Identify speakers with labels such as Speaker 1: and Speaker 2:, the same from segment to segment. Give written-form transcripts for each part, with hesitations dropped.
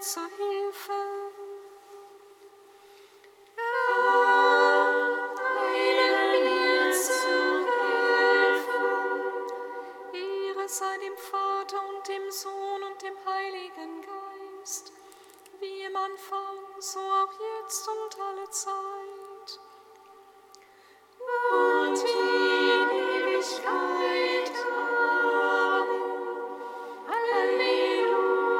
Speaker 1: zu Hilfe. Sei dem Vater und dem Sohn und dem Heiligen Geist, wie im Anfang, so auch jetzt und alle Zeit. Und in Ewigkeit. Amen. Halleluja.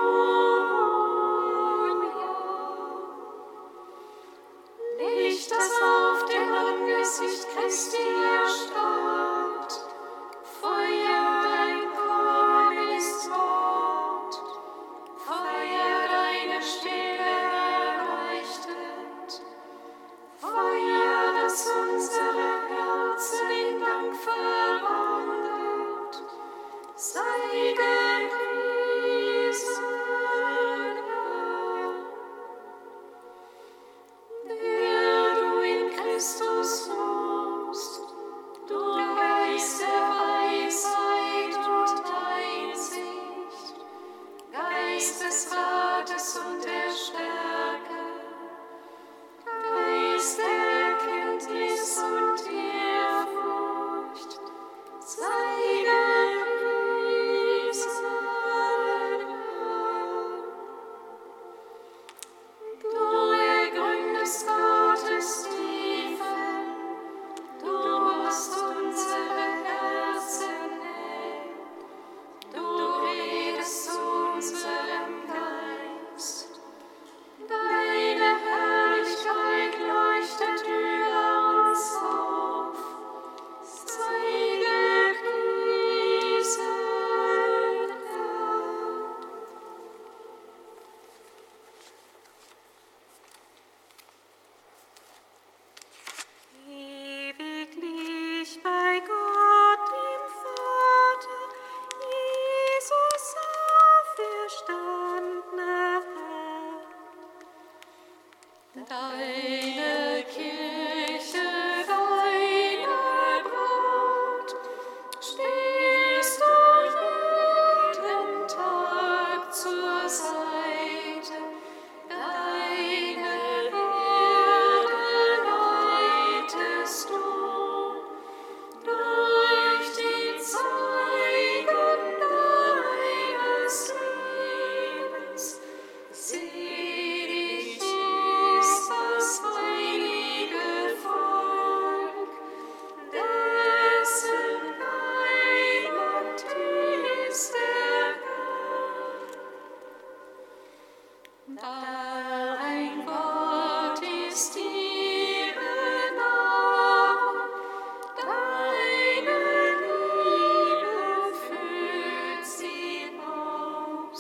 Speaker 1: Licht, das auf dem Angesicht Christi erstrahlt, Feuer, dein Kommen ist Wort, Feuer, deine Stille erleuchtet, Feuer, das unsere Herzen in Dank verwandelt, sei gepriesen, Herr, der du in Christus wohnst, du Geist der Weisheit und Einsicht, Geist des Rates und der Stärke, Geist der Erkenntnis und Ehrfurcht, sei gepriesen, Herr. Du ergründest Gottes Tiefen, du hast unsere Herzen näher, du redest zu unserem Geist. Deine Herrlichkeit leuchtet über uns auf. Sei gepriesen, Herr. Ewiglich bei Gott, dem Vater, Jesus auferstandener Herr. Deine Kirche, deine Braut, stehst du jeden Tag zur Seite. Deine Herde leitest du durch die Zeichen deines Lebens. Selig ist das heilige Volk, dessen Heiland ist der Herr. Dein Wort ist ihre Nahrung, deine Liebe führt sie aus.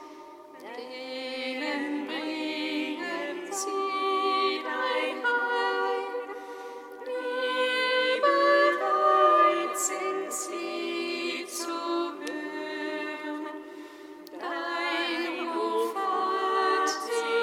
Speaker 1: Denen bringen sie dein Heil, wie bereit sind sie zu hören. Dein Ruf hat sie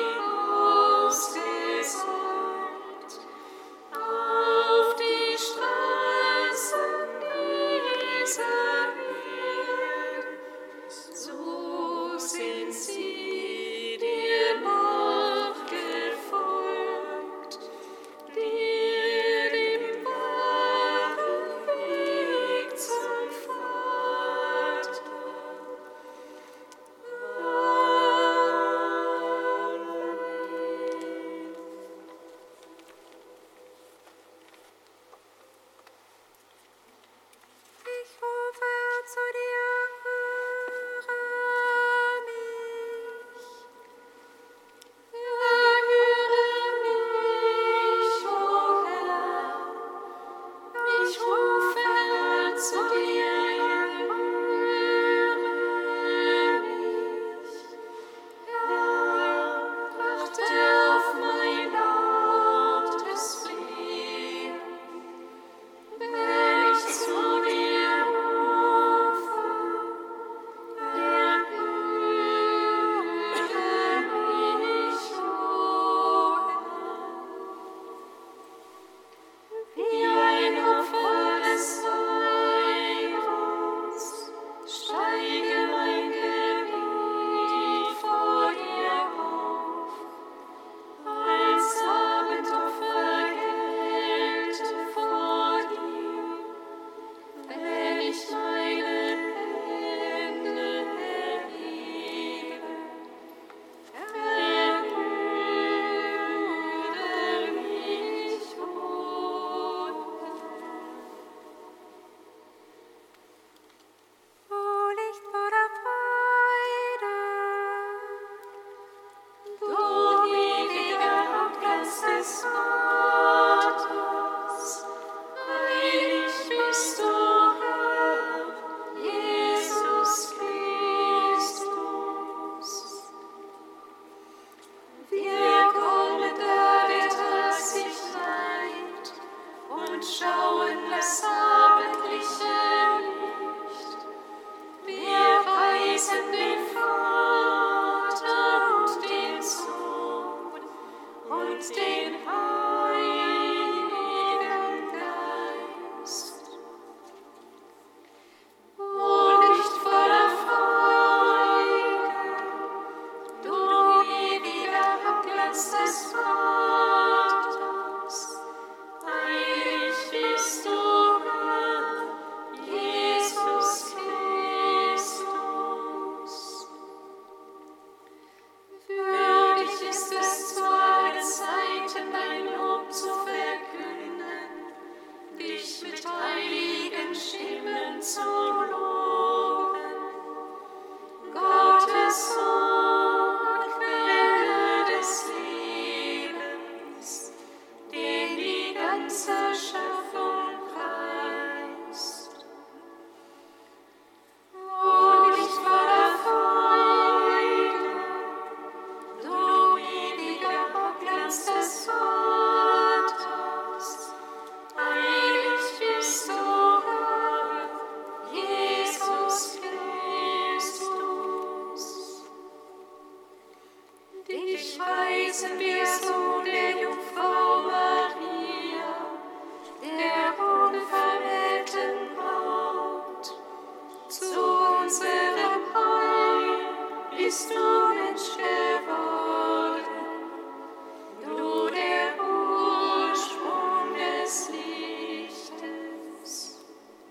Speaker 1: preisen wir so der Jungfrau Maria, der unvermählten Braut. Zu unserem Heil bist du Mensch geworden, du der Ursprung des Lichtes.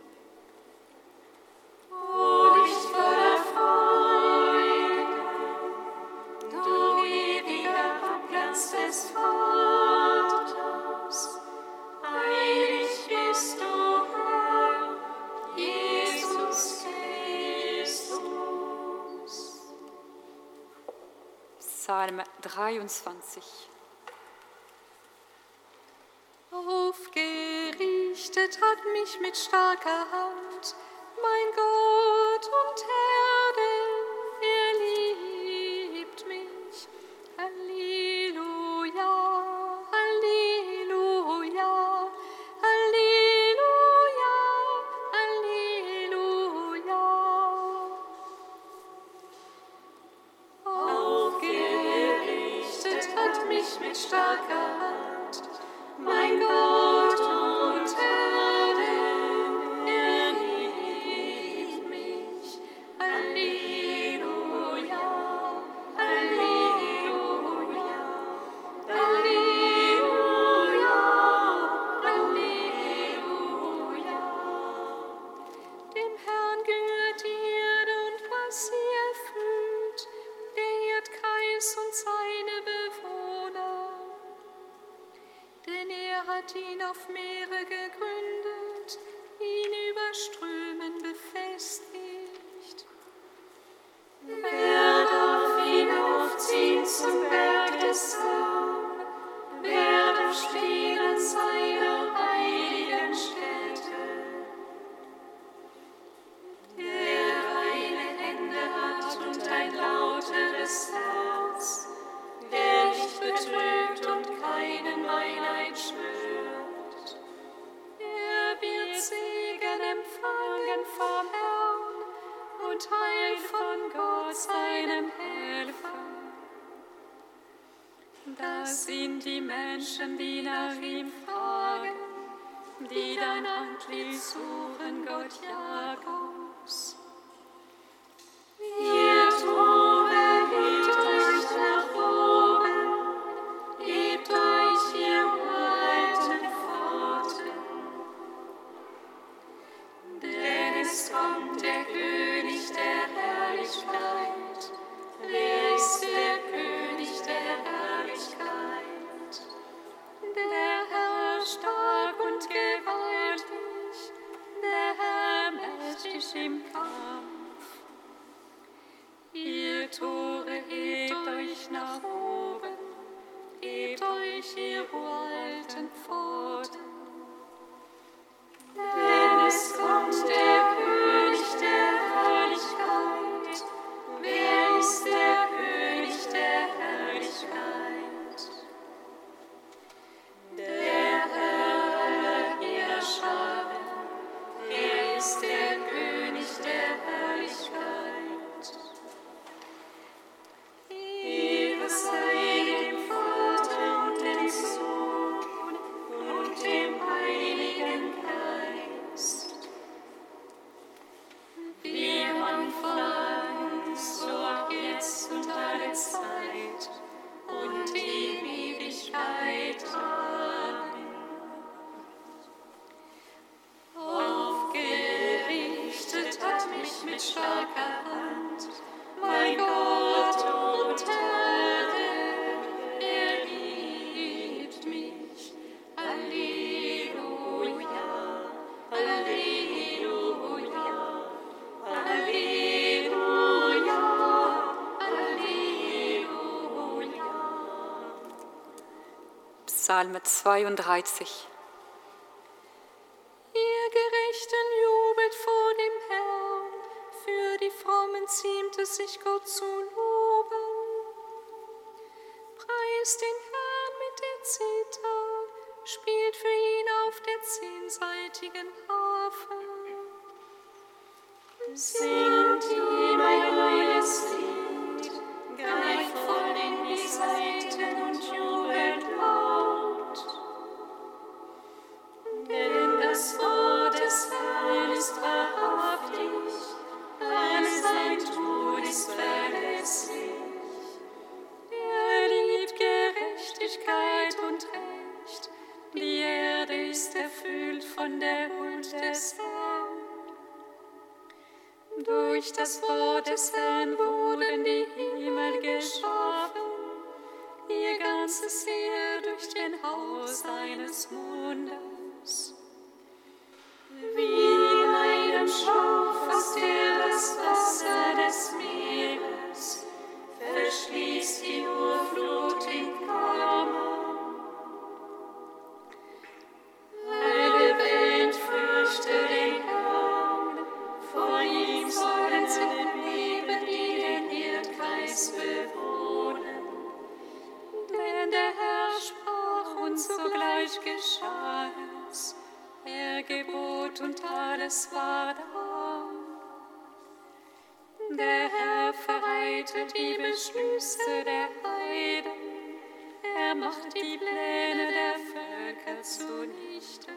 Speaker 1: O Licht voller Freude, du ewiger Abglanz des Vaters, heilig bist du, Herr, Jesus Christus.
Speaker 2: Psalm 23.
Speaker 1: Aufgerichtet hat mich mit starker Hand, mein Gott und Herr, er liebt mich. Halleluja, Halleluja, Halleluja, Halleluja. Aufgerichtet hat mich mit starker Hand, mein Gott und Herr, er liebt mich. Halleluja, Halleluja, Halleluja, Halleluja. Dem Herrn gehört die Erde und was sie erfüllt, der Erdkreis und seine Bewohner. Denn er hat ihn auf Meere gegründet, ihn über Strömen befestigt. Wer darf ihn aufziehen zum Berg des Herrn? Wer darf stehen an seiner heiligen Stätte? Der reine Hände hat und ein lauteres Herz, der nicht betrügt und keinen Meineid schwört. Er wird Segen empfangen vom Herrn und Heil von Gott, seinem Helfer. Das sind die Menschen, die nach ihm fragen, die dein Antlitz suchen, Gott Jakobs. Ihr Tore, hebt euch nach oben, hebt euch, ihr uralten Pforten. Denn es kommt der König der Herrlichkeit. Wer ist der König der Herrlichkeit? Der Herr stark und gewaltig, der Herr mächtig im Kampf. Ihr Tore, hebt euch nach oben, hebt euch, ihr uralten Pforten. Denn es kommt der König der Herrlichkeit. Wer ist der König der Herrlichkeit? Der Herr aller Heerscharen, er ist der König der Herrlichkeit. Ehre sei dem Vater und dem Sohn und dem Heiligen Geist. Wie am Anfang, so auch jetzt und alle Zeit und in Ewigkeit. Amen. Aufgerichtet hat mich mit starker Hand, mein Gott und Herr, er liebt mich. Halleluja, Halleluja, Halleluja, Halleluja.
Speaker 2: Psalm 32.
Speaker 1: Ihr Gerechten jubelt vor dem Herrn, für die Frommen ziemt es sich Gott zu loben. Preist den Herrn mit der Zither, spielt für ihn auf der 10-saitigen Harfe. Singt ihm ein neues Lied, greift voll in die Saiten und Gaben der Huld des Herrn. Durch das Wort des Herrn wurden die Himmel geschaffen, ihr ganzes Heer durch den Hauch seines Mundes. Wie in einem Schauch fasst er das Wasser des Meeres, verschließt die Urflut in Kammer. Alle Welt fürchte den Herrn, vor ihm sollen sie leben, die den Erdkreis bewohnen. Denn der Herr sprach und sogleich geschah es, er gebot und alles war da. Der Herr verreitet die Beschlüsse der Heiden, er macht die Pläne der Völker zunichte.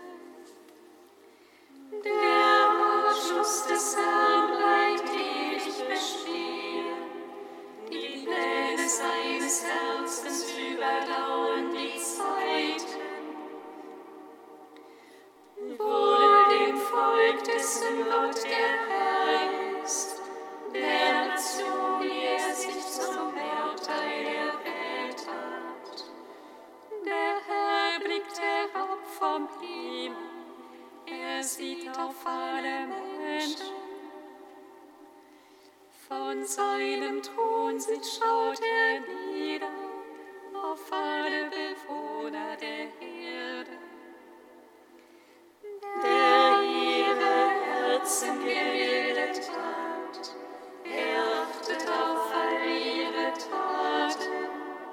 Speaker 1: Der Ratschluss des Herrn bleibt ewig bestehen, die Pläne seines Herzens überdauern die Zeiten. Wohl dem Volk, dessen Gott der Herr ist, der Nation, die er sich zum Erbteil erwählt hat. Der Herr blickt herab vom Himmel, er sieht auf alle Menschen. Von seinem Thron schaut er nieder auf alle Bewohner der Erde. Der ihre Herzen gebildet hat, er achtet auf all ihre Taten.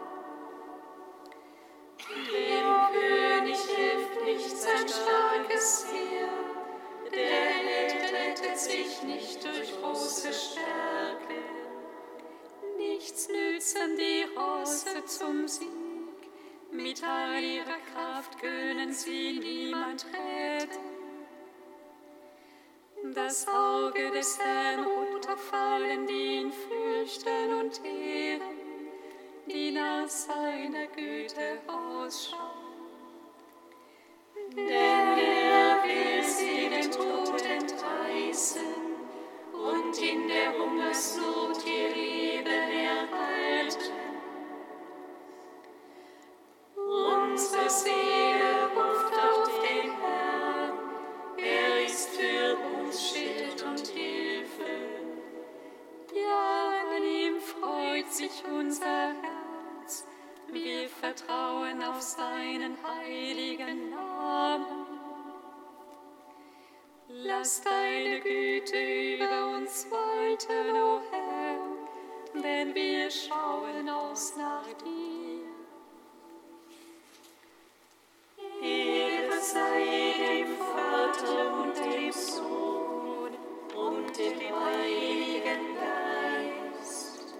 Speaker 1: Dem König hilft nicht sein starkes Heer, der Held rettet sich nicht durch große Stärke. Nichts nützen die Rosse zum Sieg, mit all ihrer Kraft können sie niemand retten. Das Auge des Herrn ruht auf allen, die ihn fürchten und ehren, die nach seiner Güte ausschauen. Denn er will sie den Tod entreißen und in der Hungersnot ihr Leben erhalten. Unsere Seele ruft auf den Herrn, er ist für uns Schild und Hilfe. Ja, an ihm freut sich unser Herz, wir vertrauen auf seinen heiligen Namen. Lass deine Güte über uns walten, o Herr, denn wir schauen aus nach dir. Ehre sei dem Vater und dem Sohn und dem Heiligen Geist.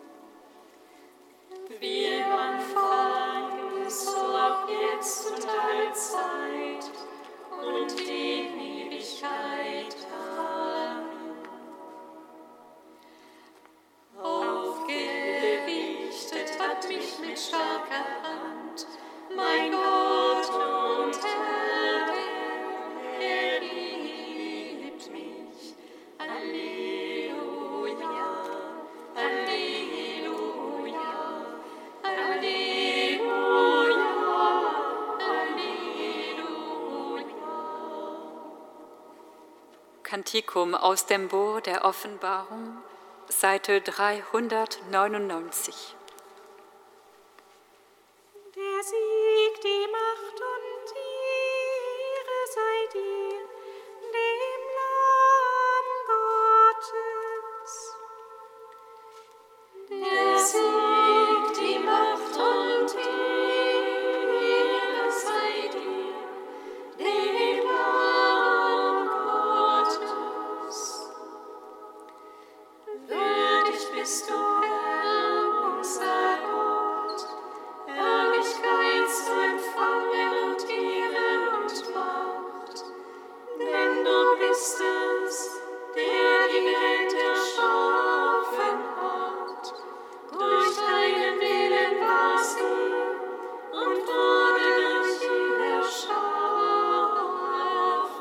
Speaker 1: Wie im Anfang, so auch jetzt und allzeit und in Ewigkeit. Amen. Aufgerichtet hat mich mit starker Hand mein Gott und Herr, er liebt mich. Halleluja, Halleluja, Halleluja, Halleluja.
Speaker 2: Kantikum aus dem Buch der Offenbarung, Seite 399.
Speaker 1: Der Sieg, die Macht und die Ehre sei dir, dem Lamm Gottes. Der Sieg, die Macht und die Ehre sei dir, dem Lamm Gottes. Würdig bist du, Herr, unser Gott, Herrlichkeit zu empfangen und Ehre und Macht. Denn du bist es, der die Welt erschaffen hat. Durch deinen Willen war sie und wurde durch ihn erschaffen.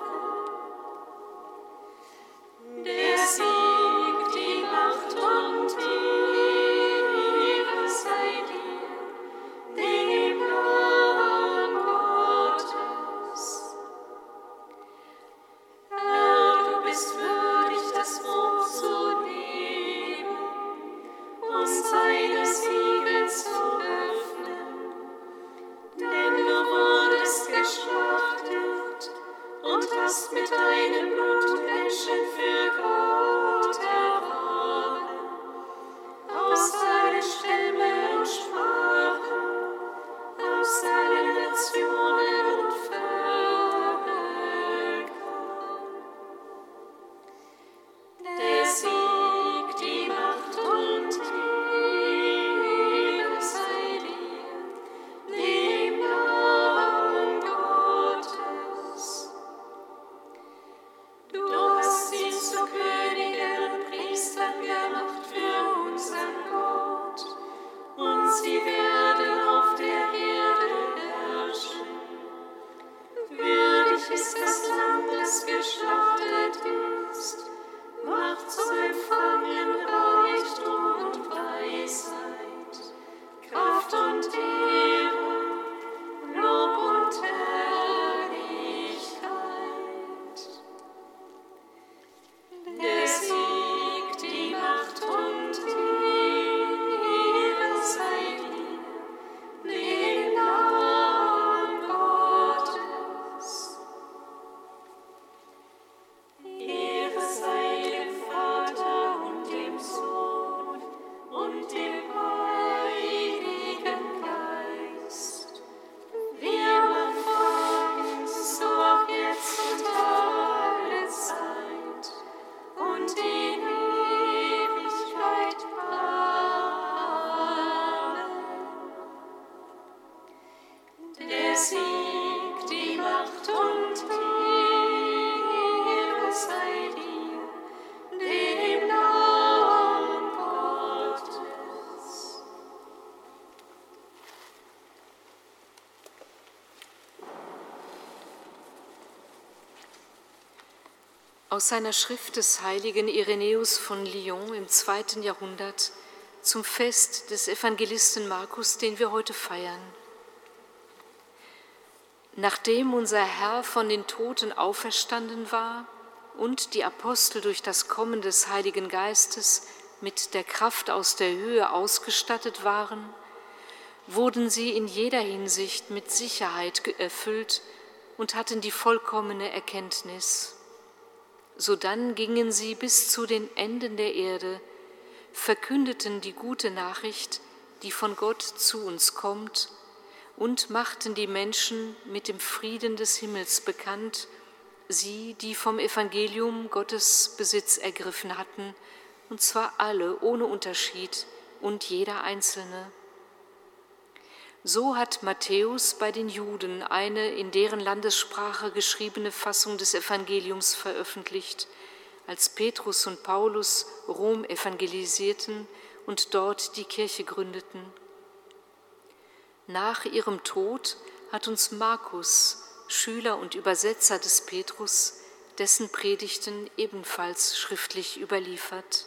Speaker 2: Aus seiner Schrift des heiligen Irenäus von Lyon im 2. Jahrhundert zum Fest des Evangelisten Markus, den wir heute feiern. Nachdem unser Herr von den Toten auferstanden war und die Apostel durch das Kommen des Heiligen Geistes mit der Kraft aus der Höhe ausgestattet waren, wurden sie in jeder Hinsicht mit Sicherheit erfüllt und hatten die vollkommene Erkenntnis. Sodann gingen sie bis zu den Enden der Erde, verkündeten die gute Nachricht, die von Gott zu uns kommt, und machten die Menschen mit dem Frieden des Himmels bekannt, sie, die vom Evangelium Gottes Besitz ergriffen hatten, und zwar alle ohne Unterschied und jeder Einzelne. So hat Matthäus bei den Juden eine in deren Landessprache geschriebene Fassung des Evangeliums veröffentlicht, als Petrus und Paulus Rom evangelisierten und dort die Kirche gründeten. Nach ihrem Tod hat uns Markus, Schüler und Übersetzer des Petrus, dessen Predigten ebenfalls schriftlich überliefert.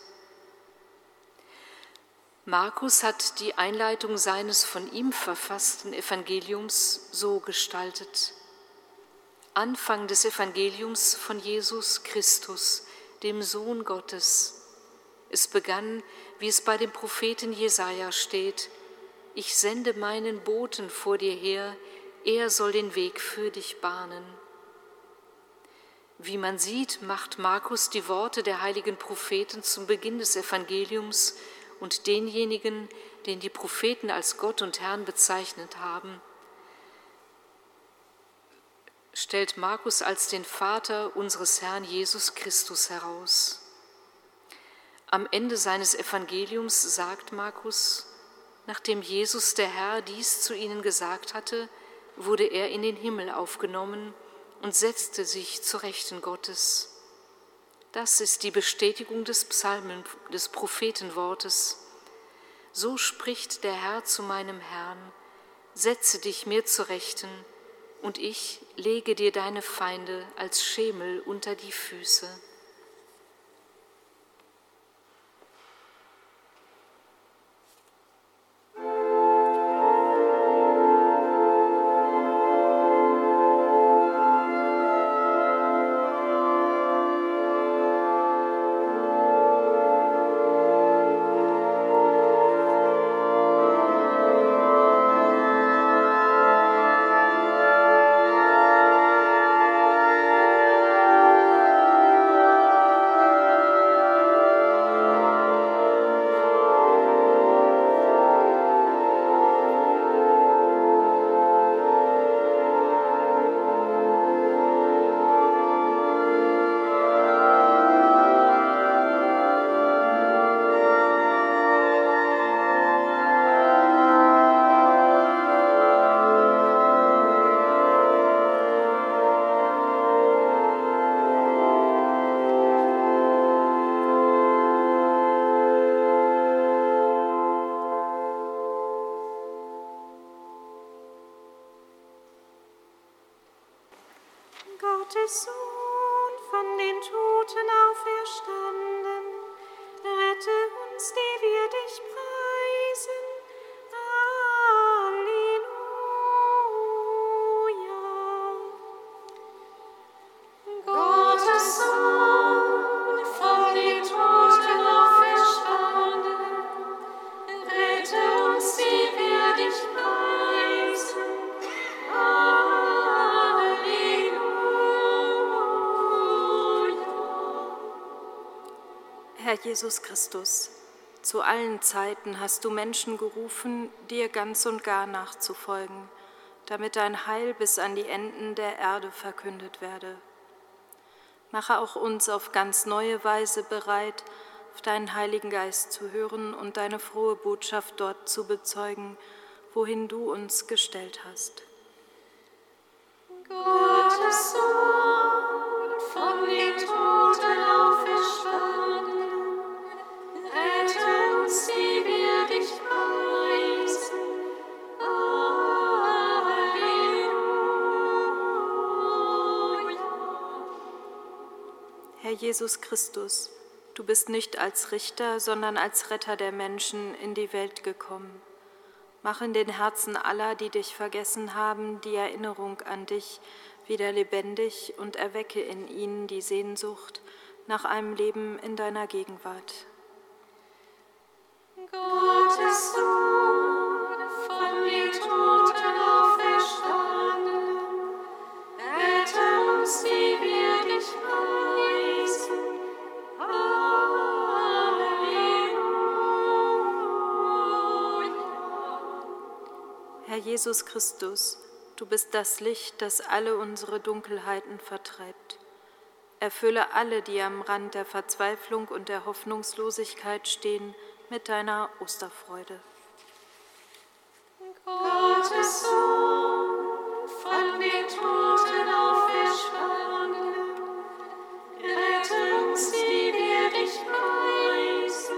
Speaker 2: Markus hat die Einleitung seines von ihm verfassten Evangeliums so gestaltet: Anfang des Evangeliums von Jesus Christus, dem Sohn Gottes. Es begann, wie es bei dem Propheten Jesaja steht: Ich sende meinen Boten vor dir her, er soll den Weg für dich bahnen. Wie man sieht, macht Markus die Worte der heiligen Propheten zum Beginn des Evangeliums und denjenigen, den die Propheten als Gott und Herrn bezeichnet haben, stellt Markus als den Vater unseres Herrn Jesus Christus heraus. Am Ende seines Evangeliums sagt Markus: Nachdem Jesus der Herr dies zu ihnen gesagt hatte, wurde er in den Himmel aufgenommen und setzte sich zur Rechten Gottes. Das ist die Bestätigung des Psalmen, des Prophetenwortes. So spricht der Herr zu meinem Herrn: Setze dich mir zur Rechten, und ich lege dir deine Feinde als Schemel unter die Füße.
Speaker 1: Gottes Sohn, von den Toten auferstanden, rette uns, die wir dich preisen. Halleluja. Gottes Sohn, von den Toten auferstanden, rette uns, die wir dich preisen.
Speaker 3: Herr Jesus Christus, zu allen Zeiten hast du Menschen gerufen, dir ganz und gar nachzufolgen, damit dein Heil bis an die Enden der Erde verkündet werde. Mache auch uns auf ganz neue Weise bereit, auf deinen Heiligen Geist zu hören und deine frohe Botschaft dort zu bezeugen, wohin du uns gestellt hast.
Speaker 1: Gottes Sohn, von den Toten auferstanden, rette uns, die wir dich preisen. Halleluja.
Speaker 3: Herr Jesus Christus, du bist nicht als Richter, sondern als Retter der Menschen in die Welt gekommen. Mach in den Herzen aller, die dich vergessen haben, die Erinnerung an dich wieder lebendig und erwecke in ihnen die Sehnsucht nach einem Leben in deiner Gegenwart.
Speaker 1: Gottes Sohn, von den Toten auferstanden, rette uns, die wir dich preisen.
Speaker 3: Herr Jesus Christus, du bist das Licht, das alle unsere Dunkelheiten vertreibt. Erfülle alle, die am Rand der Verzweiflung und der Hoffnungslosigkeit stehen, mit deiner Osterfreude.
Speaker 1: Gottes Sohn, von den Toten auferstanden, rette uns, die wir dich preisen.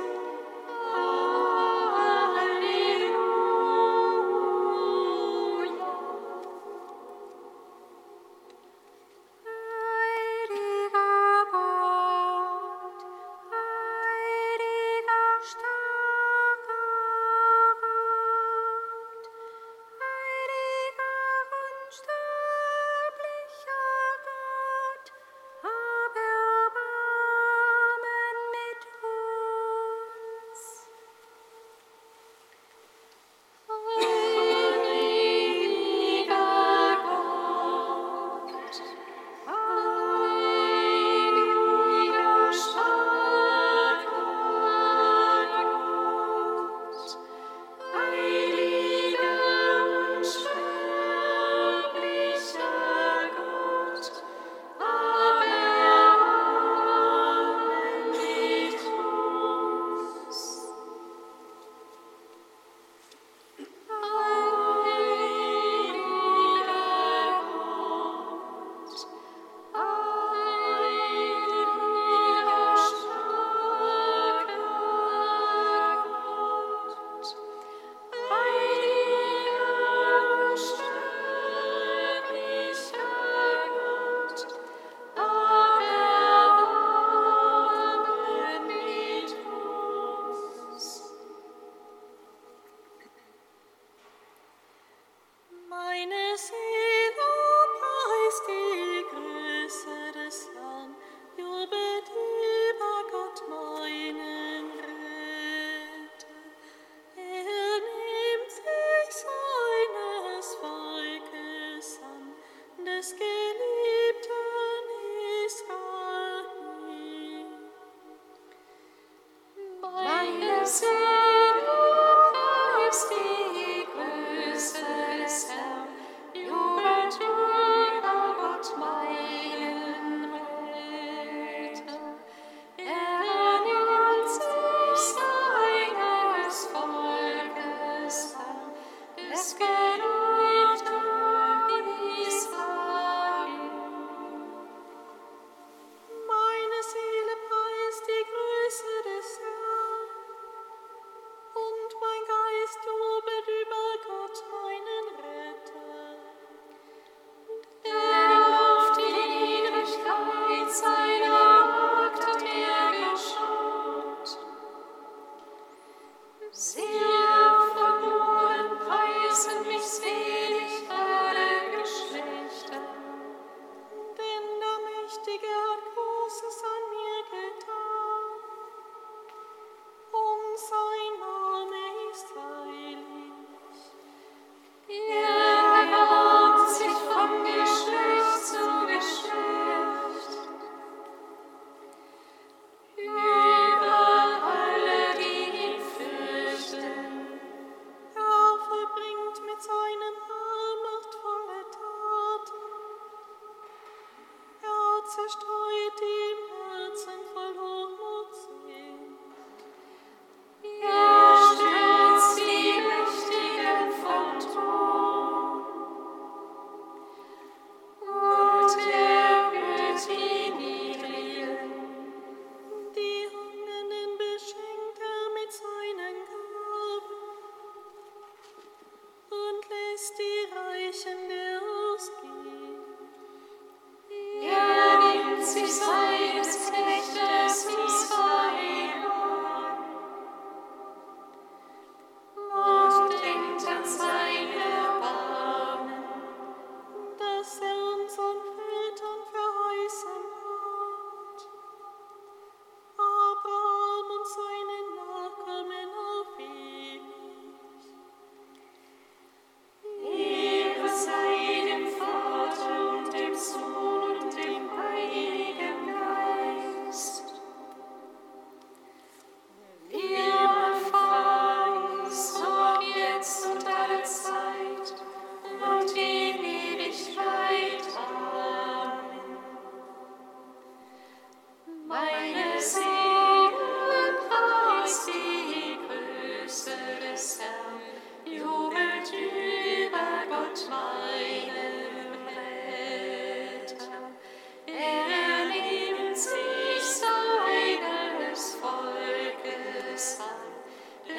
Speaker 1: Seines Knechts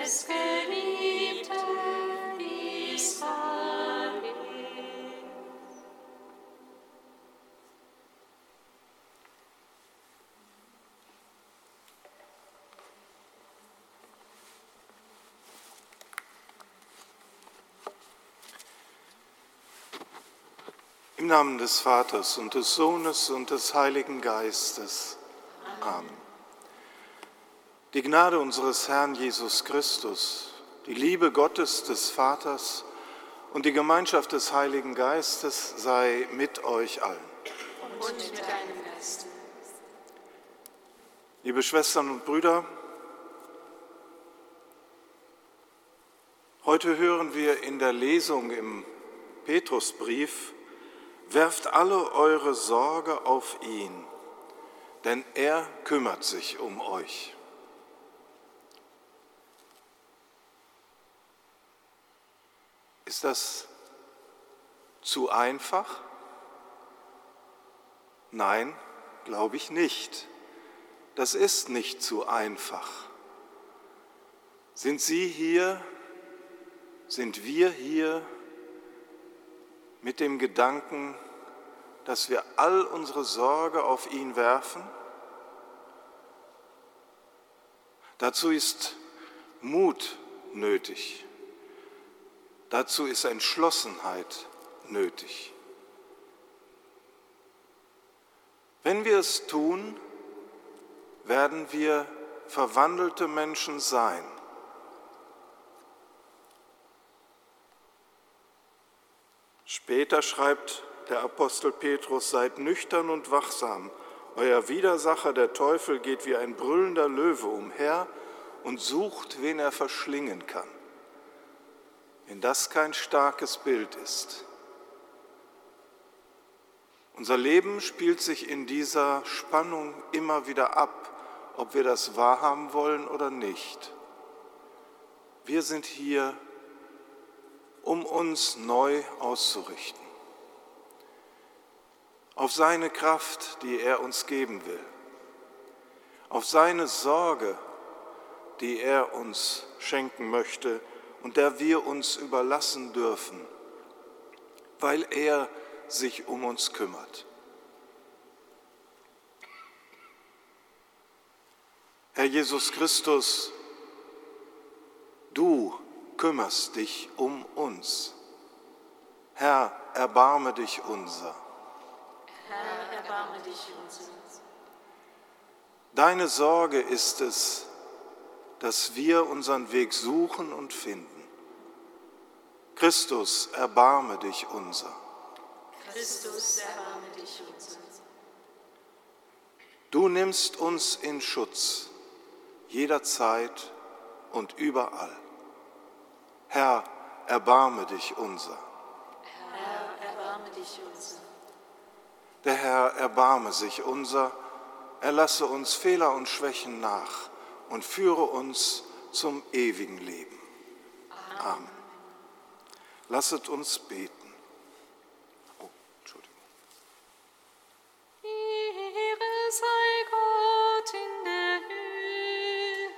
Speaker 1: des Geliebten Israel.
Speaker 4: Im Namen des Vaters und des Sohnes und des Heiligen Geistes. Amen. Die Gnade unseres Herrn Jesus Christus, die Liebe Gottes des Vaters und die Gemeinschaft des Heiligen Geistes sei mit euch allen.
Speaker 1: Und mit deinem Geist.
Speaker 4: Liebe Schwestern und Brüder, heute hören wir in der Lesung im Petrusbrief: Werft alle eure Sorge auf ihn, denn er kümmert sich um euch. Ist das zu einfach? Nein, glaube ich nicht. Das ist nicht zu einfach. Sind Sie hier, sind wir hier mit dem Gedanken, dass wir all unsere Sorge auf ihn werfen? Dazu ist Mut nötig. Dazu ist Entschlossenheit nötig. Wenn wir es tun, werden wir verwandelte Menschen sein. Später schreibt der Apostel Petrus: Seid nüchtern und wachsam. Euer Widersacher, der Teufel, geht wie ein brüllender Löwe umher und sucht, wen er verschlingen kann. Wenn das kein starkes Bild ist. Unser Leben spielt sich in dieser Spannung immer wieder ab, ob wir das wahrhaben wollen oder nicht. Wir sind hier, um uns neu auszurichten. Auf seine Kraft, die er uns geben will. Auf seine Sorge, die er uns schenken möchte und der wir uns überlassen dürfen, weil er sich um uns kümmert. Herr Jesus Christus, du kümmerst dich um uns. Herr, erbarme dich unser.
Speaker 1: Herr, erbarme dich unser.
Speaker 4: Deine Sorge ist es, dass wir unseren Weg suchen und finden. Christus, erbarme dich unser.
Speaker 1: Christus, erbarme dich unser.
Speaker 4: Du nimmst uns in Schutz, jederzeit und überall. Herr, erbarme dich unser.
Speaker 1: Herr, erbarme dich unser.
Speaker 4: Der Herr erbarme sich unser, erlasse uns Fehler und Schwächen nach und führe uns zum ewigen Leben. Amen. Lasset uns beten. Oh, Entschuldigung.
Speaker 1: Ehre sei Gott in der Höhe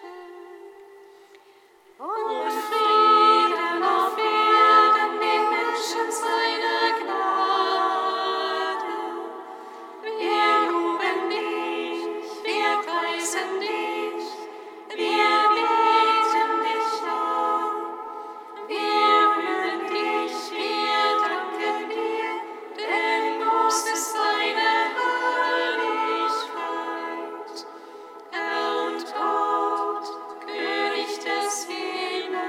Speaker 1: und Frieden auf Erden den Menschen seiner Gnade. Wir loben dich, wir preisen dich, wir beten dich an, wir rühmen dich, wir danken dir, denn groß ist deine Herrlichkeit. Herr und Gott, König des Himmels,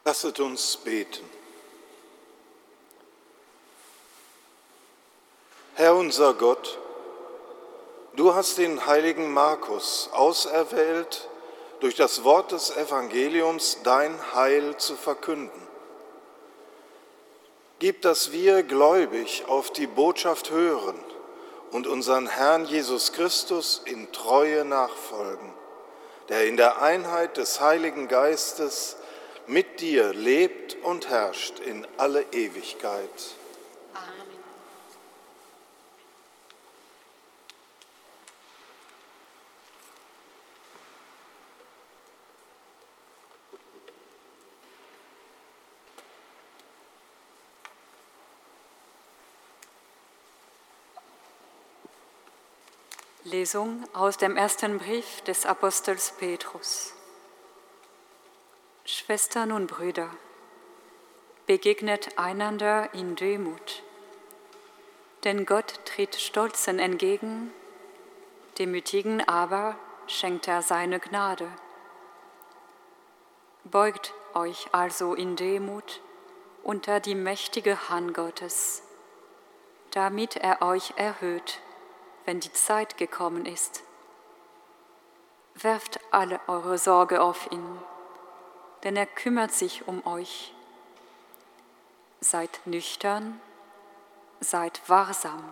Speaker 4: Lasset uns beten. Herr unser Gott, du hast den heiligen Markus auserwählt, durch das Wort des Evangeliums dein Heil zu verkünden. Gib, dass wir gläubig auf die Botschaft hören und unseren Herrn Jesus Christus in Treue nachfolgen, der in der Einheit des Heiligen Geistes mit dir lebt und herrscht in alle Ewigkeit.
Speaker 2: Amen.
Speaker 5: Lesung aus dem ersten Brief des Apostels Petrus. Schwestern und Brüder, begegnet einander in Demut, denn Gott tritt Stolzen entgegen, Demütigen aber schenkt er seine Gnade. Beugt euch also in Demut unter die mächtige Hand Gottes, damit er euch erhöht, wenn die Zeit gekommen ist. Werft alle eure Sorge auf ihn, denn er kümmert sich um euch. Seid nüchtern, seid wachsam.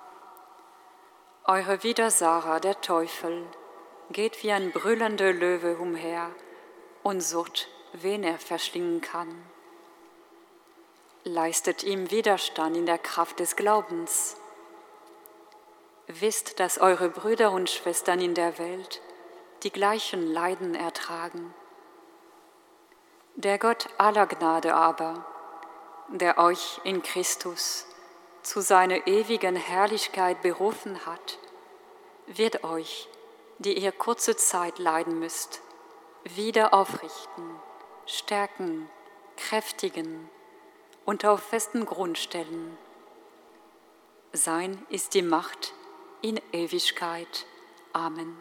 Speaker 5: Eure Widersacher, der Teufel, geht wie ein brüllender Löwe umher und sucht, wen er verschlingen kann. Leistet ihm Widerstand in der Kraft des Glaubens. Wisst, dass eure Brüder und Schwestern in der Welt die gleichen Leiden ertragen. Der Gott aller Gnade aber, der euch in Christus zu seiner ewigen Herrlichkeit berufen hat, wird euch, die ihr kurze Zeit leiden müsst, wieder aufrichten, stärken, kräftigen und auf festen Grund stellen. Sein ist die Macht in Ewigkeit. Amen.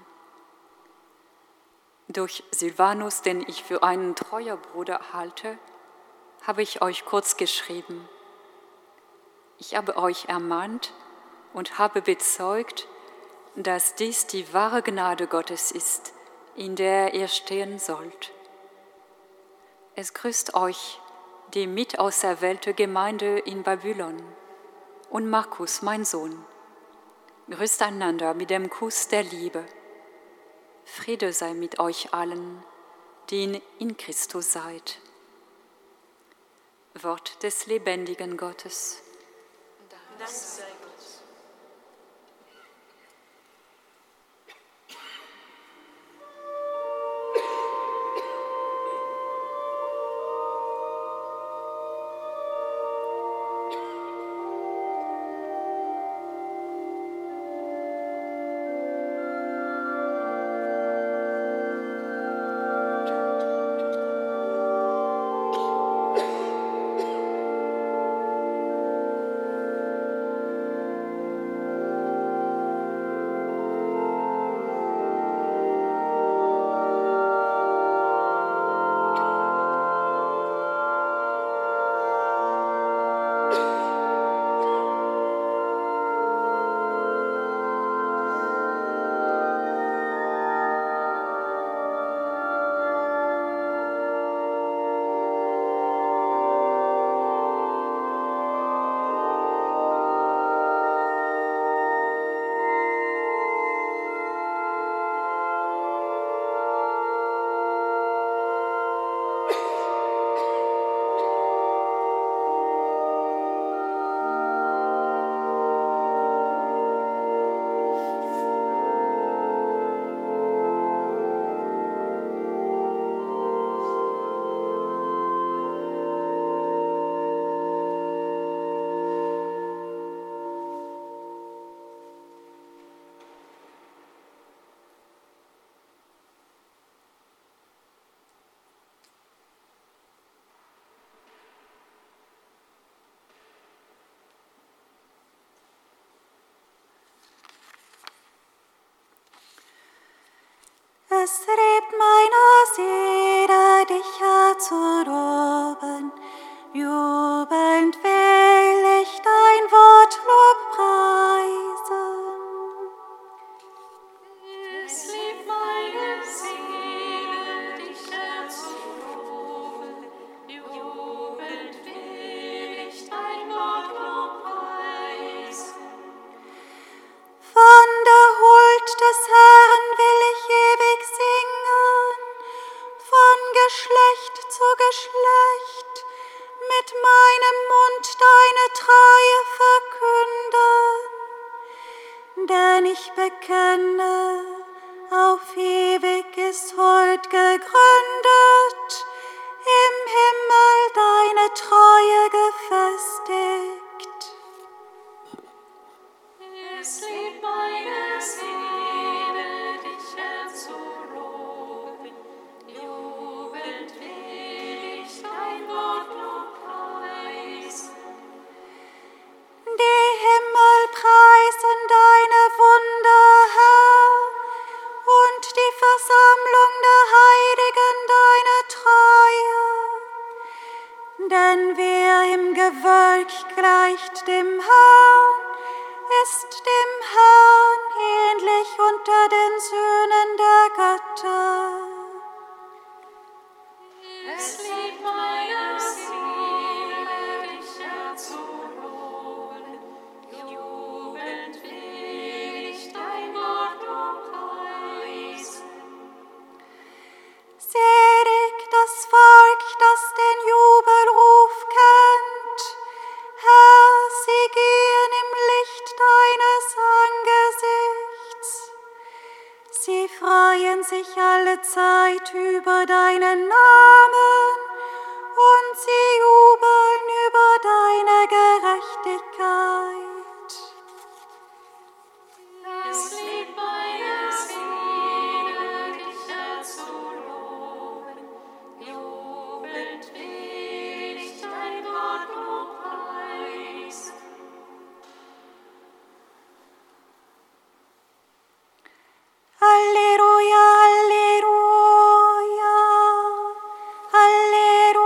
Speaker 5: Durch Silvanus, den ich für einen treuen Bruder halte, habe ich euch kurz geschrieben. Ich habe euch ermahnt und habe bezeugt, dass dies die wahre Gnade Gottes ist, in der ihr stehen sollt. Es grüßt euch die mitauserwählte Gemeinde in Babylon und Markus, mein Sohn. Grüßt einander mit dem Kuss der Liebe. Friede sei mit euch allen, die in Christus seid. Wort des lebendigen Gottes.
Speaker 1: Dank sei Gott.
Speaker 6: Es lebt meine Seele, dich Herr zu loben. Jubelnd will ich dein Wort lobpreisen.
Speaker 1: Es lebt meine Seele, dich Herr zu loben. Jubelnd will ich dein Wort lobpreisen.
Speaker 6: Von der Huld des Herrn will ich ewig singen, von Geschlecht zu Geschlecht, mit meinem Mund deine Treue verkünden. Denn ich bekenne, auf ewig ist Huld gegründet, im Himmel deine Treue gefestigt.
Speaker 1: Es lebt meine Seele, dich Herr zu loben. Jubelnd will ich dein Wort lobpreisen.
Speaker 6: Die Himmel preisen deine Wunder, Herr, und die Versammlung der Heiligen deine Treue. Denn wer im Gewölk gleicht dem Herrn, ist dem Herrn ähnlich unter den Söhnen der Götter.
Speaker 1: Es lebt meine Seele, dich Herr zu loben. Jubelnd will ich dein Wort lobpreisen.
Speaker 6: Selig das Volk, das den Jubelruf kennt. Herr, sie gehen im Licht deines Angesichts. Sie freuen sich alle Zeit über deinen Namen und sie jubeln über deine Gerechtigkeit.
Speaker 1: Es lebt meine Seele, dich Herr zu loben. Jubelnd will ich dein Wort lobpreisen.
Speaker 6: Halleluja, Halleluja, Halleluja.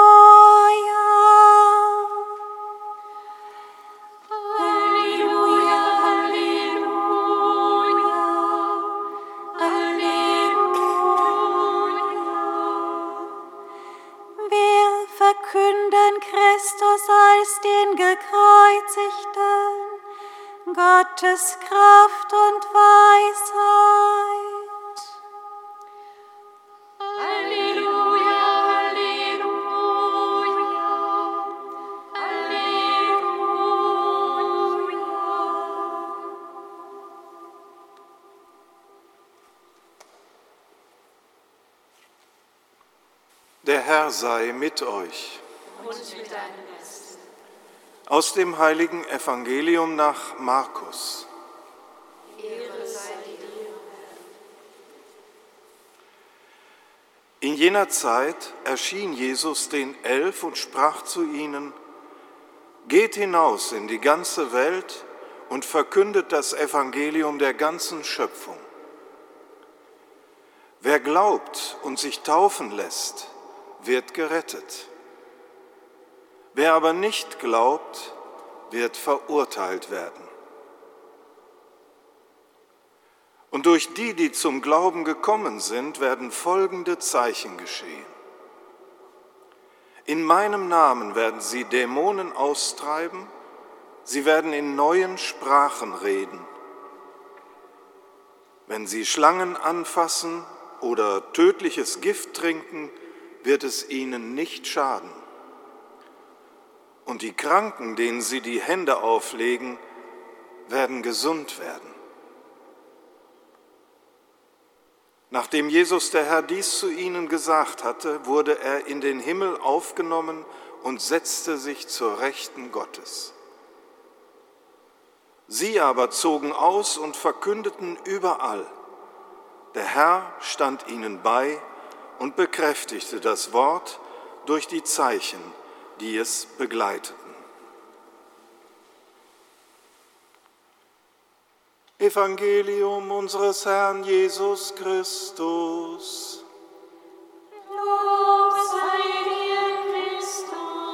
Speaker 1: Halleluja, Halleluja, Halleluja.
Speaker 6: Wir verkünden Christus als den Gekreuzigten, Gottes Kraft und Weisheit.
Speaker 1: Halleluja, Halleluja, Halleluja.
Speaker 4: Der Herr sei mit euch.
Speaker 1: Und mit deinem Geist.
Speaker 4: Aus dem heiligen Evangelium nach Markus.
Speaker 1: Ehre sei dir.
Speaker 4: In jener Zeit erschien Jesus den 11 und sprach zu ihnen: Geht hinaus in die ganze Welt und verkündet das Evangelium der ganzen Schöpfung. Wer glaubt und sich taufen lässt, wird gerettet. Wer aber nicht glaubt, wird verurteilt werden. Und durch die, die zum Glauben gekommen sind, werden folgende Zeichen geschehen. In meinem Namen werden sie Dämonen austreiben, sie werden in neuen Sprachen reden. Wenn sie Schlangen anfassen oder tödliches Gift trinken, wird es ihnen nicht schaden. Und die Kranken, denen sie die Hände auflegen, werden gesund werden. Nachdem Jesus der Herr dies zu ihnen gesagt hatte, wurde er in den Himmel aufgenommen und setzte sich zur Rechten Gottes. Sie aber zogen aus und verkündeten überall: Der Herr stand ihnen bei und bekräftigte das Wort durch die Zeichen, die es begleiteten. Evangelium unseres Herrn Jesus Christus.
Speaker 1: Lob sei dir, Christus.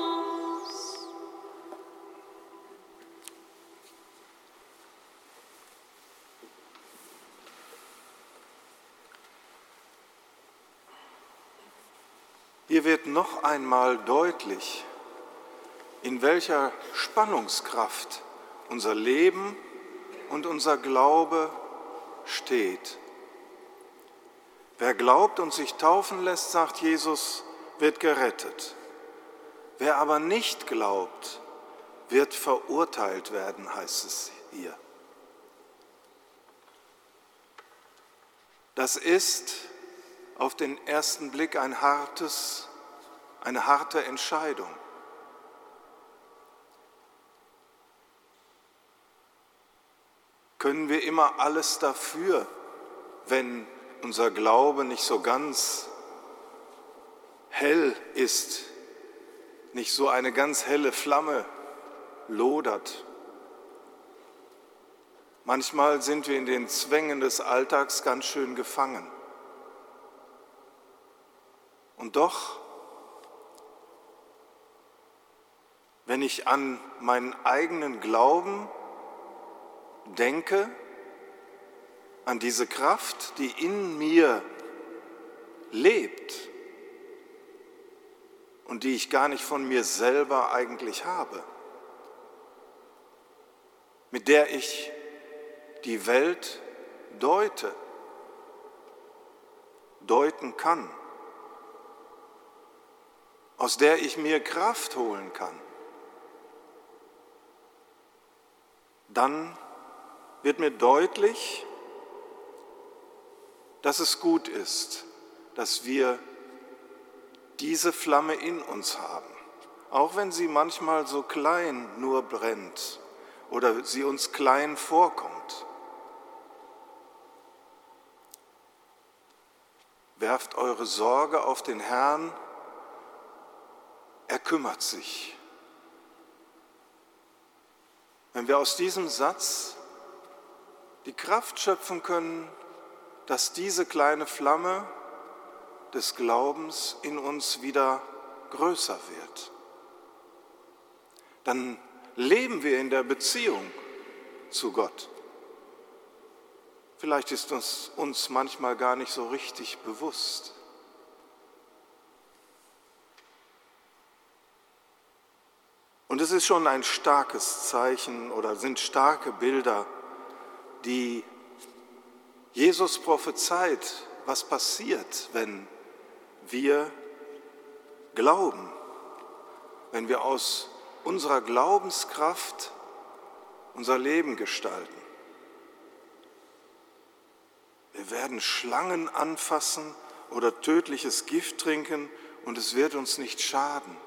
Speaker 4: Hier wird noch einmal deutlich, in welcher Spannungskraft unser Leben und unser Glaube steht. Wer glaubt und sich taufen lässt, sagt Jesus, wird gerettet. Wer aber nicht glaubt, wird verurteilt werden, heißt es hier. Das ist auf den ersten Blick eine harte Entscheidung. Können wir immer alles dafür, wenn unser Glaube nicht so ganz hell ist, nicht so eine ganz helle Flamme lodert? Manchmal sind wir in den Zwängen des Alltags ganz schön gefangen. Und doch, wenn ich an meinen eigenen Glauben denke, an diese Kraft, die in mir lebt und die ich gar nicht von mir selber eigentlich habe, mit der ich die Welt deuten kann, aus der ich mir Kraft holen kann, dann wird mir deutlich, dass es gut ist, dass wir diese Flamme in uns haben, auch wenn sie manchmal so klein nur brennt oder sie uns klein vorkommt. Werft eure Sorge auf den Herrn, er kümmert sich. Wenn wir aus diesem Satz die Kraft schöpfen können, dass diese kleine Flamme des Glaubens in uns wieder größer wird, dann leben wir in der Beziehung zu Gott. Vielleicht ist uns manchmal gar nicht so richtig bewusst. Und es ist schon ein starkes Zeichen oder sind starke Bilder, die Jesus prophezeit, was passiert, wenn wir glauben, wenn wir aus unserer Glaubenskraft unser Leben gestalten. Wir werden Schlangen anfassen oder tödliches Gift trinken und es wird uns nicht schaden.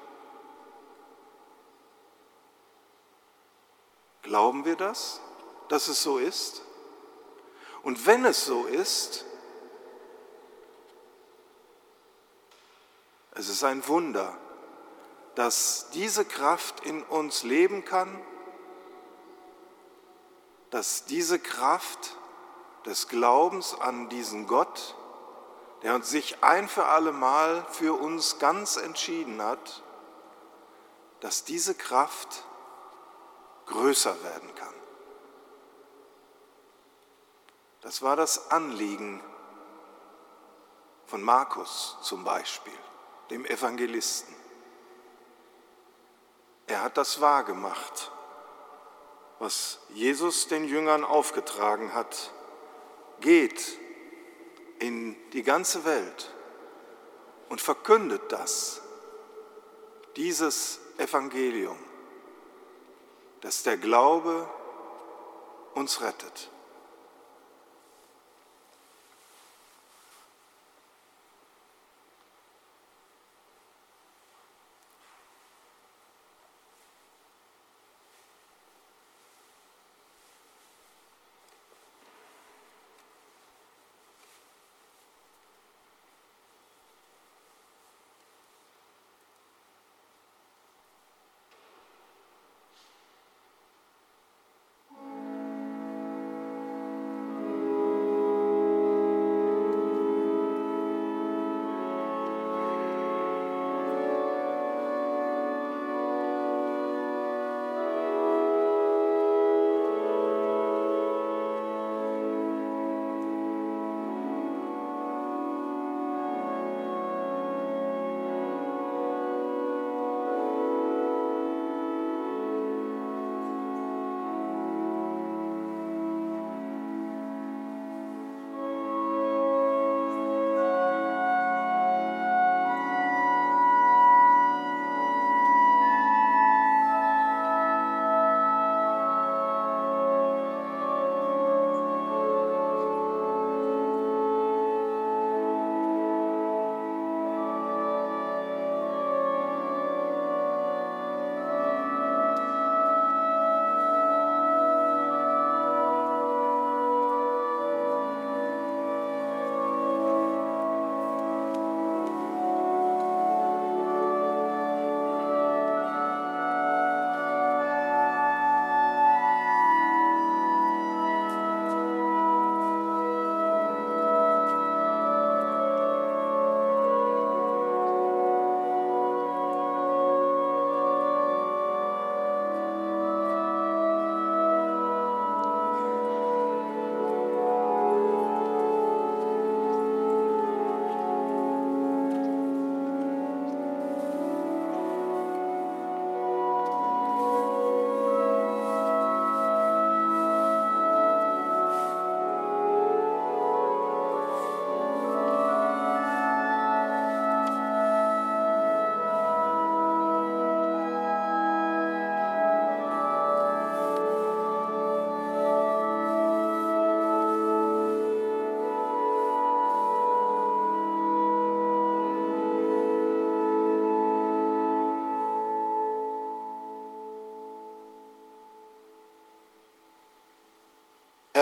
Speaker 4: Glauben wir das, dass es so ist? Und wenn es so ist, es ist ein Wunder, dass diese Kraft in uns leben kann, dass diese Kraft des Glaubens an diesen Gott, der uns sich ein für alle Mal für uns ganz entschieden hat, dass diese Kraft größer werden kann. Das war das Anliegen von Markus zum Beispiel, dem Evangelisten. Er hat das wahrgemacht, was Jesus den Jüngern aufgetragen hat. Geht in die ganze Welt und verkündet dieses Evangelium, dass der Glaube uns rettet.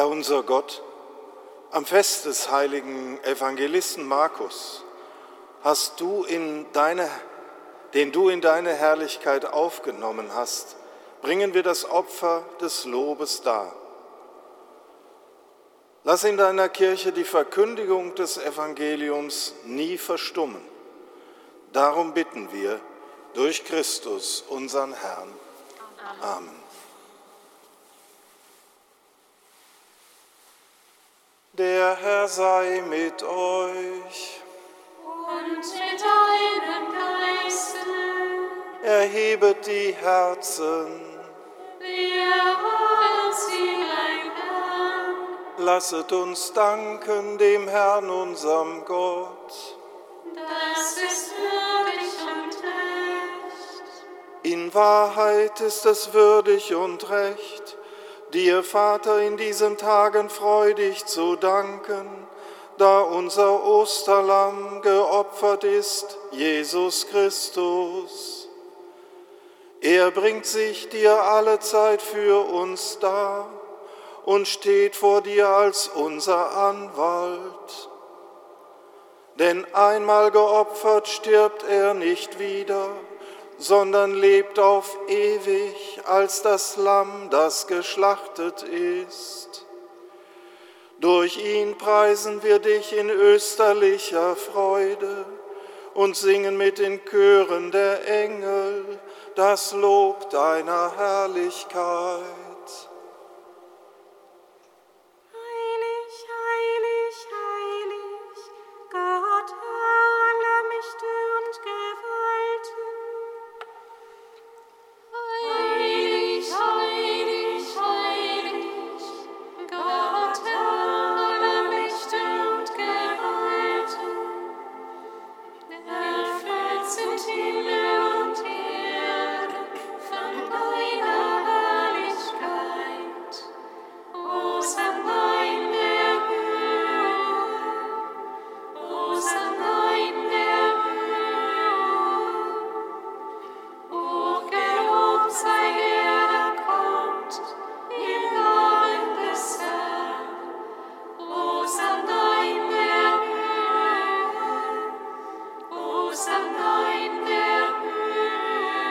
Speaker 4: Herr unser Gott, am Fest des heiligen Evangelisten Markus hast du den du in deine Herrlichkeit aufgenommen hast, bringen wir das Opfer des Lobes dar. Lass in deiner Kirche die Verkündigung des Evangeliums nie verstummen. Darum bitten wir durch Christus, unseren Herrn. Amen. Der Herr sei mit euch.
Speaker 1: Und mit deinem Geiste.
Speaker 4: Erhebet die Herzen.
Speaker 1: Wir haben sie, mein Herr.
Speaker 4: Lasset uns danken dem Herrn, unserem Gott.
Speaker 1: Das ist würdig und recht.
Speaker 4: In Wahrheit ist es würdig und recht, dir, Vater, in diesen Tagen freudig zu danken, da unser Osterlamm geopfert ist, Jesus Christus. Er bringt sich dir allezeit für uns dar und steht vor dir als unser Anwalt. Denn einmal geopfert stirbt er nicht wieder, sondern lebt auf ewig als das Lamm, das geschlachtet ist. Durch ihn preisen wir dich in österlicher Freude und singen mit den Chören der Engel das Lob deiner Herrlichkeit.
Speaker 6: Heilig, heilig, heilig, Gott aller Mächte und Gewalten.
Speaker 1: Heilig, heilig, heilig, Gott, Herr aller Mächte und Gewalten. Erfüllt sind Himmel und Erde von deiner Herrlichkeit. Hosanna in der Höhe, Hosanna in der Höhe. Hochgelobt sei der kommt, im Namen des Herrn. Hosanna in der Höhe, Hosanna in der Höhe.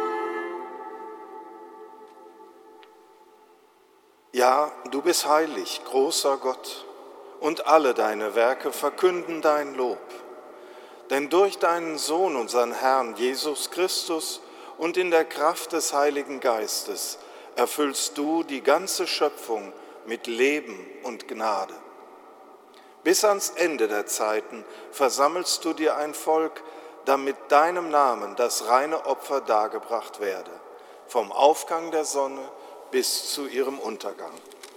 Speaker 4: Ja, du bist heilig, großer Gott, und alle deine Werke verkünden dein Lob. Denn durch deinen Sohn, unseren Herrn Jesus Christus, und in der Kraft des Heiligen Geistes erfüllst du die ganze Schöpfung mit Leben und Gnade. Bis ans Ende der Zeiten versammelst du dir ein Volk, damit deinem Namen das reine Opfer dargebracht werde, vom Aufgang der Sonne bis zu ihrem Untergang.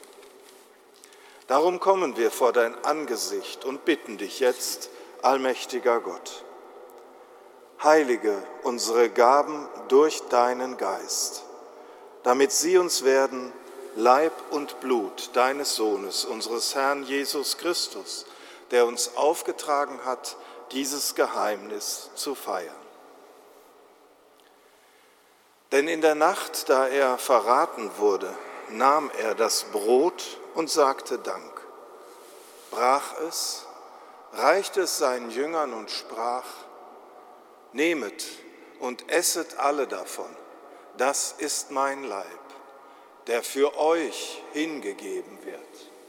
Speaker 4: Darum kommen wir vor dein Angesicht und bitten dich jetzt, allmächtiger Gott. Heilige unsere Gaben durch deinen Geist, damit sie uns werden Leib und Blut deines Sohnes, unseres Herrn Jesus Christus, der uns aufgetragen hat, dieses Geheimnis zu feiern. Denn in der Nacht, da er verraten wurde, nahm er das Brot und sagte Dank, brach es, reichte es seinen Jüngern und sprach: Nehmet und esset alle davon, das ist mein Leib, der für euch hingegeben wird.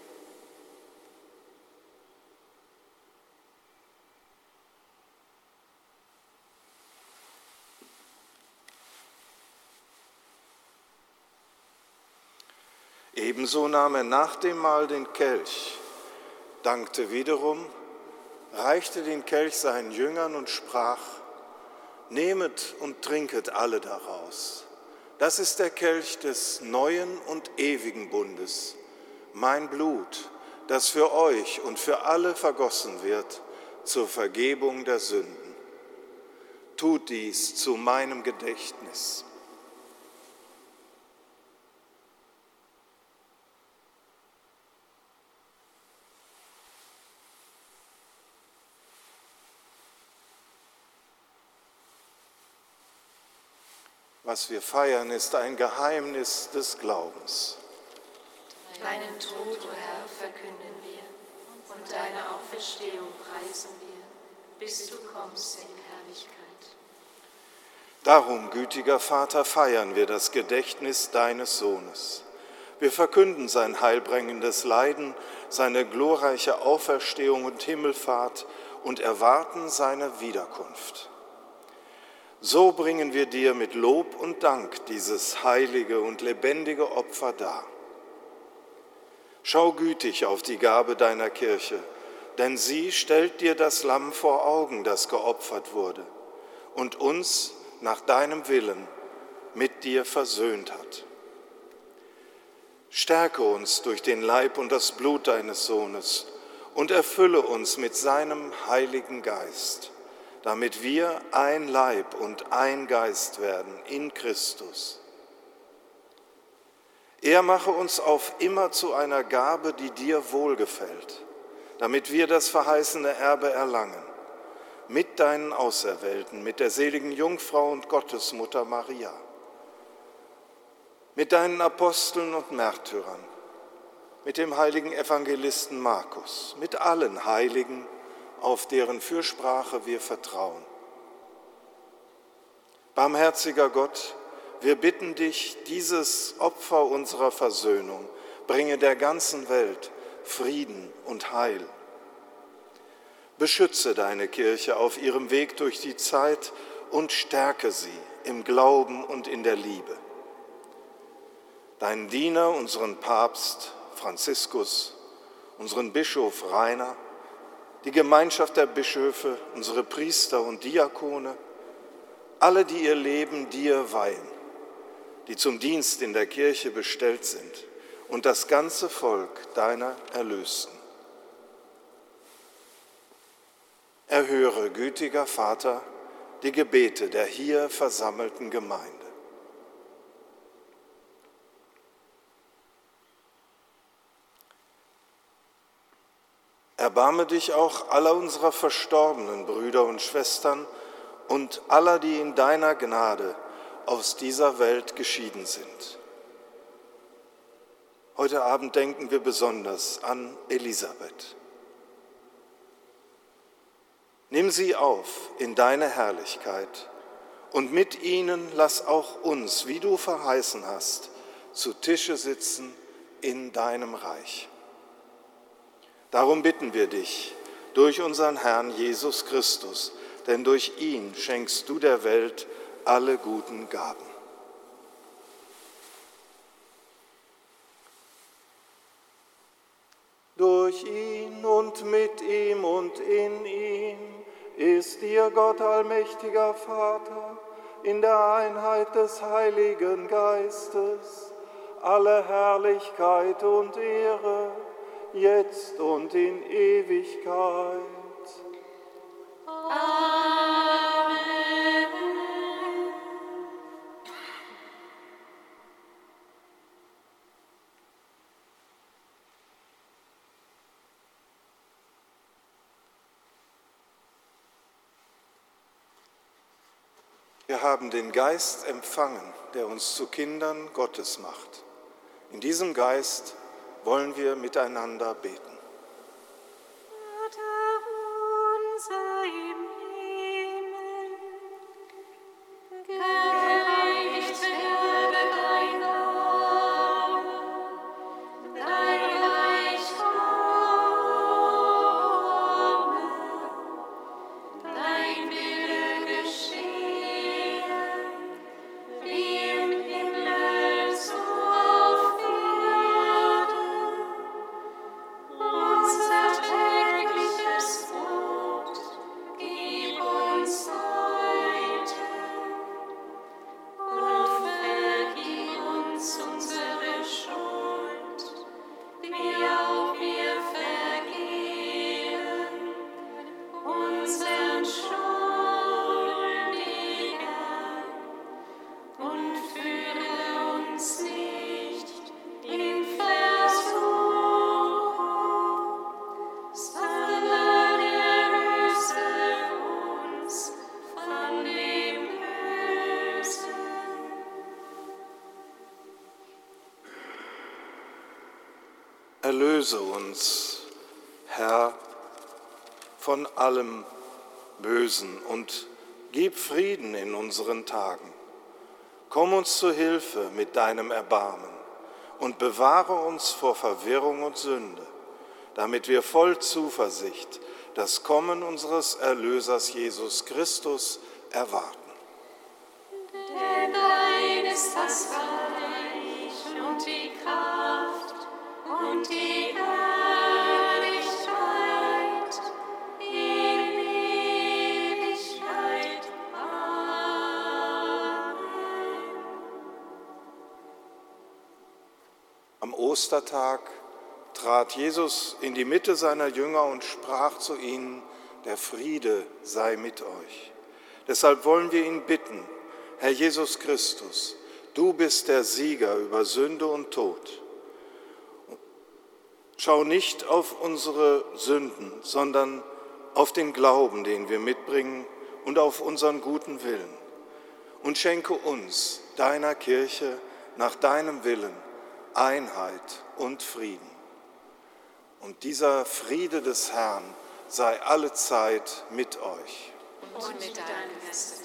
Speaker 4: Ebenso nahm er nach dem Mahl den Kelch, dankte wiederum, reichte den Kelch seinen Jüngern und sprach: Nehmet und trinket alle daraus. Das ist der Kelch des neuen und ewigen Bundes, mein Blut, das für euch und für alle vergossen wird zur Vergebung der Sünden. Tut dies zu meinem Gedächtnis. Was wir feiern, ist ein Geheimnis des Glaubens.
Speaker 1: Deinen Tod, o Herr, verkünden wir und deine Auferstehung preisen wir, bis du kommst in Herrlichkeit.
Speaker 4: Darum, gütiger Vater, feiern wir das Gedächtnis deines Sohnes. Wir verkünden sein heilbringendes Leiden, seine glorreiche Auferstehung und Himmelfahrt und erwarten seine Wiederkunft. So bringen wir dir mit Lob und Dank dieses heilige und lebendige Opfer dar. Schau gütig auf die Gabe deiner Kirche, denn sie stellt dir das Lamm vor Augen, das geopfert wurde und uns nach deinem Willen mit dir versöhnt hat. Stärke uns durch den Leib und das Blut deines Sohnes und erfülle uns mit seinem Heiligen Geist, damit wir ein Leib und ein Geist werden in Christus. Er mache uns auf immer zu einer Gabe, die dir wohlgefällt, damit wir das verheißene Erbe erlangen, mit deinen Auserwählten, mit der seligen Jungfrau und Gottesmutter Maria, mit deinen Aposteln und Märtyrern, mit dem heiligen Evangelisten Markus, mit allen Heiligen, auf deren Fürsprache wir vertrauen. Barmherziger Gott, wir bitten dich, dieses Opfer unserer Versöhnung bringe der ganzen Welt Frieden und Heil. Beschütze deine Kirche auf ihrem Weg durch die Zeit und stärke sie im Glauben und in der Liebe. Deinen Diener, unseren Papst Franziskus, unseren Bischof Rainer, die Gemeinschaft der Bischöfe, unsere Priester und Diakone, alle, die ihr Leben dir weihen, die zum Dienst in der Kirche bestellt sind, und das ganze Volk deiner Erlösten. Erhöre, gütiger Vater, die Gebete der hier versammelten Gemeinde. Erbarme dich auch aller unserer verstorbenen Brüder und Schwestern und aller, die in deiner Gnade aus dieser Welt geschieden sind. Heute Abend denken wir besonders an Elisabeth. Nimm sie auf in deine Herrlichkeit und mit ihnen lass auch uns, wie du verheißen hast, zu Tische sitzen in deinem Reich. Darum bitten wir dich durch unseren Herrn Jesus Christus, denn durch ihn schenkst du der Welt alle guten Gaben. Durch ihn und mit ihm und in ihm ist dir Gott allmächtiger Vater, in der Einheit des Heiligen Geistes, alle Herrlichkeit und Ehre, jetzt und in Ewigkeit.
Speaker 1: Amen.
Speaker 4: Wir haben den Geist empfangen, der uns zu Kindern Gottes macht. In diesem Geist wollen wir miteinander beten.
Speaker 6: Vater unser im Himmel,
Speaker 1: Geheiligt werde dein Name, dein Reich komme, dein Wille geschehe, wie im Himmel so auf Erden. Unser tägliches Brot gib
Speaker 4: Erlöse uns, Herr, von allem Bösen und gib Frieden in unseren Tagen. Komm uns zu Hilfe mit deinem Erbarmen und bewahre uns vor Verwirrung und Sünde, damit wir voll Zuversicht das Kommen unseres Erlösers Jesus Christus erwarten.
Speaker 1: Denn dein ist das Reich und die Kraft und die Herrlichkeit in Ewigkeit. Amen.
Speaker 4: Am Ostertag trat Jesus in die Mitte seiner Jünger und sprach zu ihnen: Der Friede sei mit euch. Deshalb wollen wir ihn bitten: Herr Jesus Christus, du bist der Sieger über Sünde und Tod. Schau nicht auf unsere Sünden, sondern auf den Glauben, den wir mitbringen, und auf unseren guten Willen. Und schenke uns, deiner Kirche, nach deinem Willen Einheit und Frieden. Und dieser Friede des Herrn sei allezeit mit euch.
Speaker 2: Und mit deinem Geist.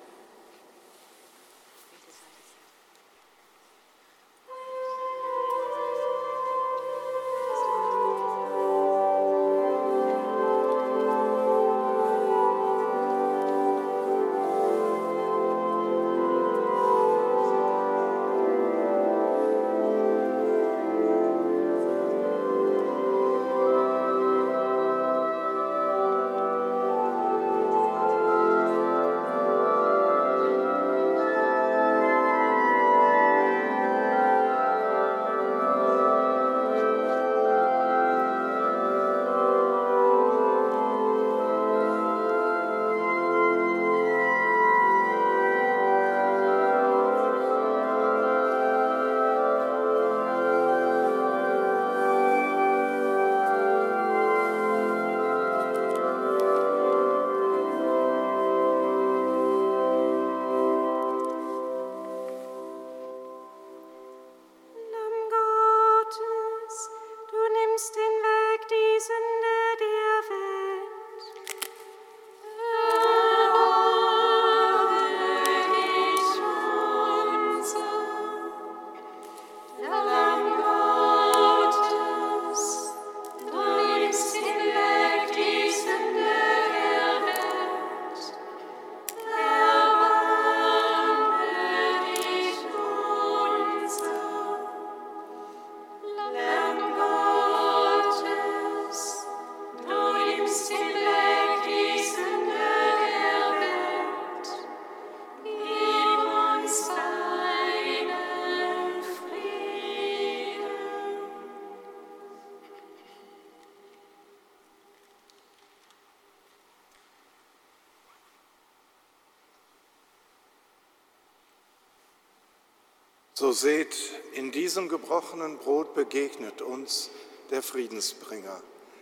Speaker 4: So seht, in diesem gebrochenen Brot begegnet uns der Friedensbringer.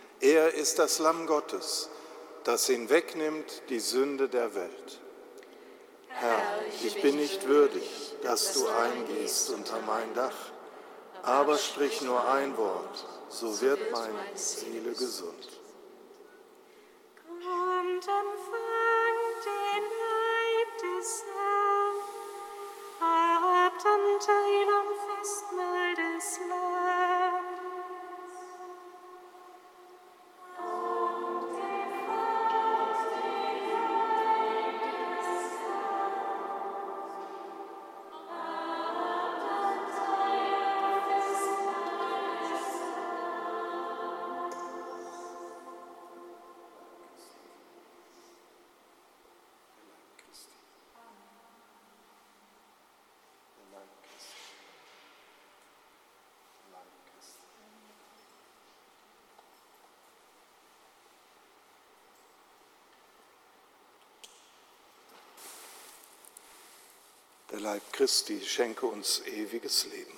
Speaker 4: Er ist das Lamm Gottes, das hinwegnimmt die Sünde der Welt. Herr, ich bin nicht würdig, dass du eingehst unter mein Dach, aber sprich nur ein Wort, so wird meine Seele gesund.
Speaker 6: Kommt, empfangt den Leib des Herrn, habt Anteil am Festmahl des Lammes.
Speaker 4: Der Leib Christi schenke uns ewiges Leben.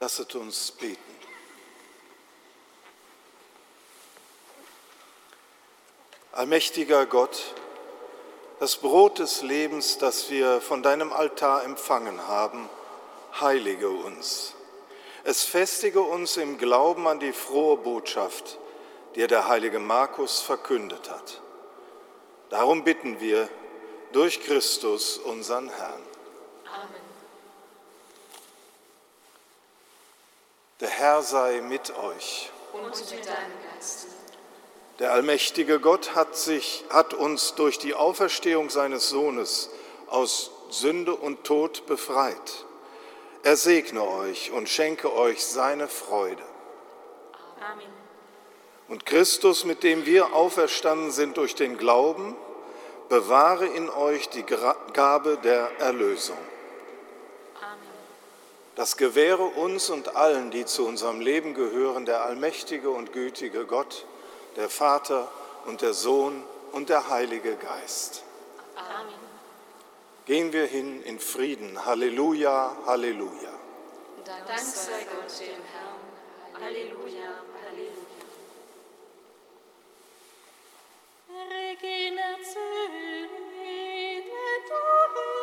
Speaker 4: Lasset uns beten. Allmächtiger Gott, das Brot des Lebens, das wir von deinem Altar empfangen haben, heilige uns. Es festige uns im Glauben an die frohe Botschaft, die der heilige Markus verkündet hat. Darum bitten wir durch Christus, unseren Herrn.
Speaker 2: Amen.
Speaker 4: Der Herr sei mit euch.
Speaker 2: Und mit deinem Geiste.
Speaker 4: Der allmächtige Gott hat uns durch die Auferstehung seines Sohnes aus Sünde und Tod befreit. Er segne euch und schenke euch seine Freude.
Speaker 3: Amen.
Speaker 4: Und Christus, mit dem wir auferstanden sind durch den Glauben, bewahre in euch die Gabe der Erlösung.
Speaker 3: Amen.
Speaker 4: Das gewähre uns und allen, die zu unserem Leben gehören, der allmächtige und gütige Gott, der Vater und der Sohn und der Heilige Geist.
Speaker 3: Amen.
Speaker 4: Gehen wir hin in Frieden. Halleluja, Halleluja.
Speaker 2: Dank sei Gott dem Herrn. Halleluja, Halleluja.
Speaker 1: Regina Celi, et